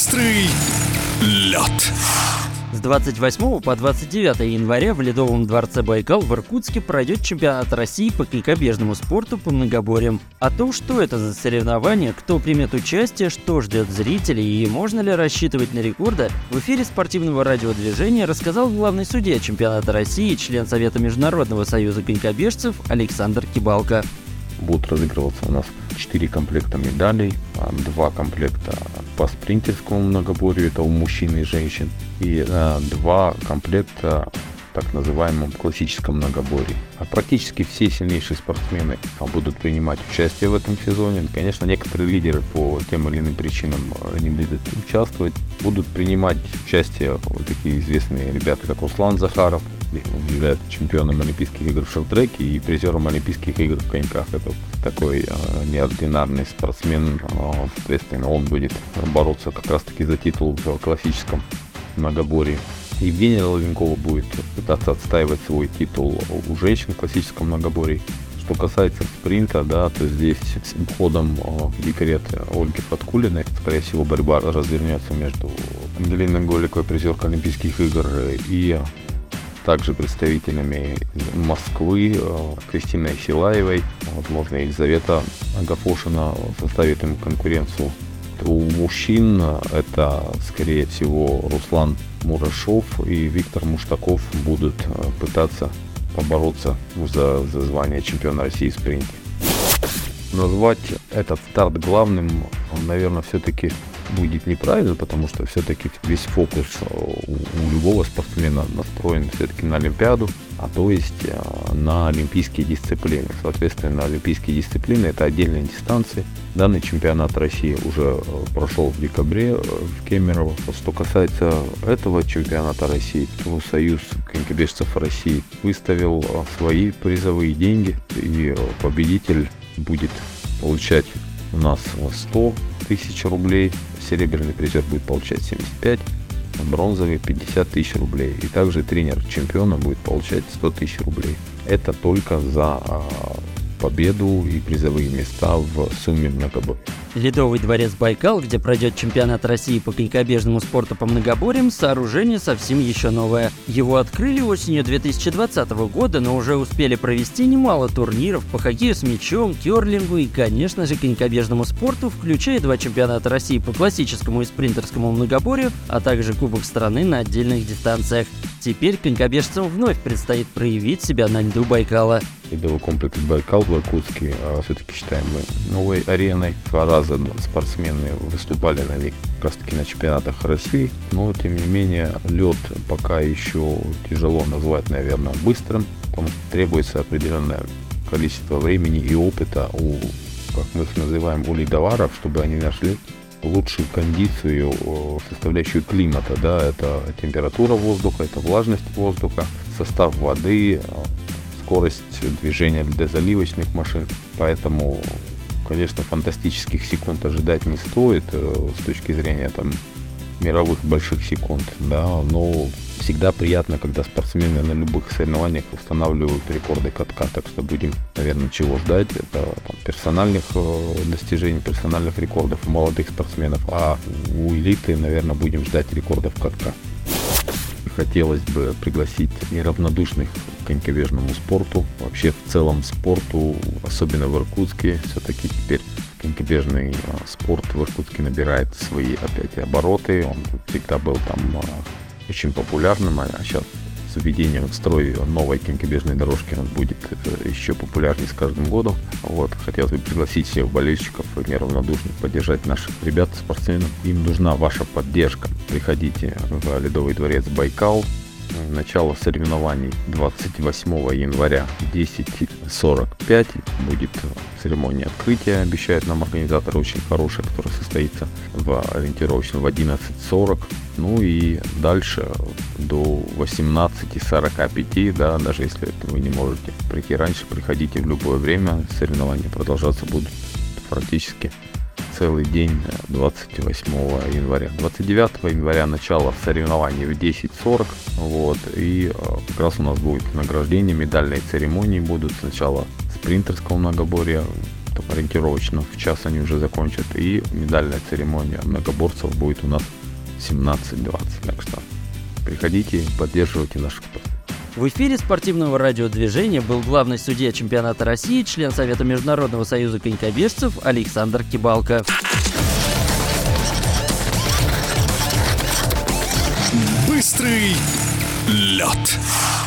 Быстрый лед. С 28 по 29 января в Ледовом дворце Байкал в Иркутске пройдет чемпионат России по конькобежному спорту по многоборьям. О том, что это за соревнования, кто примет участие, что ждет зрителей и можно ли рассчитывать на рекорды, в эфире спортивного радиодвижения рассказал главный судья чемпионата России, член Совета Международного союза конькобежцев Александр Кибалко. Будут разыгрываться у нас 4 комплекта медалей, 2 комплекта по спринтерскому многоборью, это у мужчин и женщин, и 2 комплекта так называемом классическом многоборье. Практически все сильнейшие спортсмены будут принимать участие в этом сезоне. Конечно, некоторые лидеры по тем или иным причинам не будут участвовать. Будут принимать участие вот такие известные ребята, как Руслан Захаров, он является чемпионом Олимпийских игр в шорт-треке и призером Олимпийских игр в коньках. Это такой неординарный спортсмен, соответственно, он будет бороться как раз-таки за титул в классическом многоборье. Евгения Лавенкова будет пытаться отстаивать свой титул у женщин в классическом многоборье. Что касается спринта, то здесь с уходом в декрет Ольги Фаткулиной, скорее всего, борьба развернется между Ангелиной Голиковой, призеркой Олимпийских игр, и также представителями Москвы Кристиной Силаевой, возможно, Елизавета Агафошина составит им конкуренцию. У мужчин это, скорее всего, Руслан Мурашов и Виктор Муштаков будут пытаться побороться за звание чемпиона России в спринте. Назвать этот старт главным, наверное, все-таки будет неправильно, потому что все-таки весь фокус у любого спортсмена настроен все-таки на Олимпиаду, то есть на олимпийские дисциплины. Соответственно, олимпийские дисциплины — это отдельные дистанции. Данный чемпионат России уже прошел в декабре в Кемерово. Что касается этого чемпионата России, то Союз конькобежцев России выставил свои призовые деньги, и победитель будет получать у нас 100 тысяч рублей, серебряный призер будет получать 75, бронзовый 50 тысяч рублей. И также тренер чемпиона будет получать 100 тысяч рублей. Это только за победу и призовые места в сумме многоборья. Ледовый дворец Байкал, где пройдет чемпионат России по конькобежному спорту по многоборьям, сооружение совсем еще новое. Его открыли осенью 2020 года, но уже успели провести немало турниров по хоккею с мячом, керлингу и, конечно же, конькобежному спорту, включая 2 чемпионата России по классическому и спринтерскому многоборью, а также Кубок страны на отдельных дистанциях. Теперь конькобежцам вновь предстоит проявить себя на льду Байкала. Ледовый комплекс Байкал в Иркутске все-таки считаем мы новой ареной. 2 раза спортсмены выступали на них как раз таки на чемпионатах России, но тем не менее лед пока еще тяжело назвать, наверное, быстрым, потому что требуется определенное количество времени и опыта у, как мы их называем, у ледоваров, чтобы они нашли лучшую кондицию, составляющую климата. Это температура воздуха, это влажность воздуха, состав воды, скорость движения льдозаливочных машин. Поэтому, конечно, фантастических секунд ожидать не стоит с точки зрения мировых больших секунд, но всегда приятно, когда спортсмены на любых соревнованиях устанавливают рекорды катка, так что будем, наверное, чего ждать. Это персональных достижений, персональных рекордов у молодых спортсменов, а у элиты, наверное, будем ждать рекордов катка. Хотелось бы пригласить неравнодушных к конькобежному спорту, вообще в целом спорту, особенно в Иркутске. Все-таки теперь конькобежный спорт в Иркутске набирает свои опять обороты. Он всегда был очень популярным, а сейчас с введением в строй новой конькобежной дорожки он будет еще популярнее с каждым годом. Хотелось бы пригласить всех болельщиков неравнодушных поддержать наших ребят, спортсменов. Им нужна ваша поддержка. Приходите в Ледовый дворец Байкал. Начало соревнований 28 января в 10:45 будет церемония открытия, обещают нам организаторы, очень хорошая, которая состоится ориентировочно в 11:40. И дальше до 18:45, даже если вы не можете прийти раньше, приходите в любое время. Соревнования продолжаться будут практически целый день 28 января. 29 января начало соревнований в 10:40. И как раз у нас будет награждение, медальные церемонии будут. Сначала спринтерского многоборья, ориентировочно в час они уже закончат. И медальная церемония многоборцев будет у нас 17-20. Так что приходите, поддерживайте наших спортсменов. В эфире спортивного радиодвижения был главный судья чемпионата России, член Совета Международного союза конькобежцев Александр Кибалко. Быстрый лед.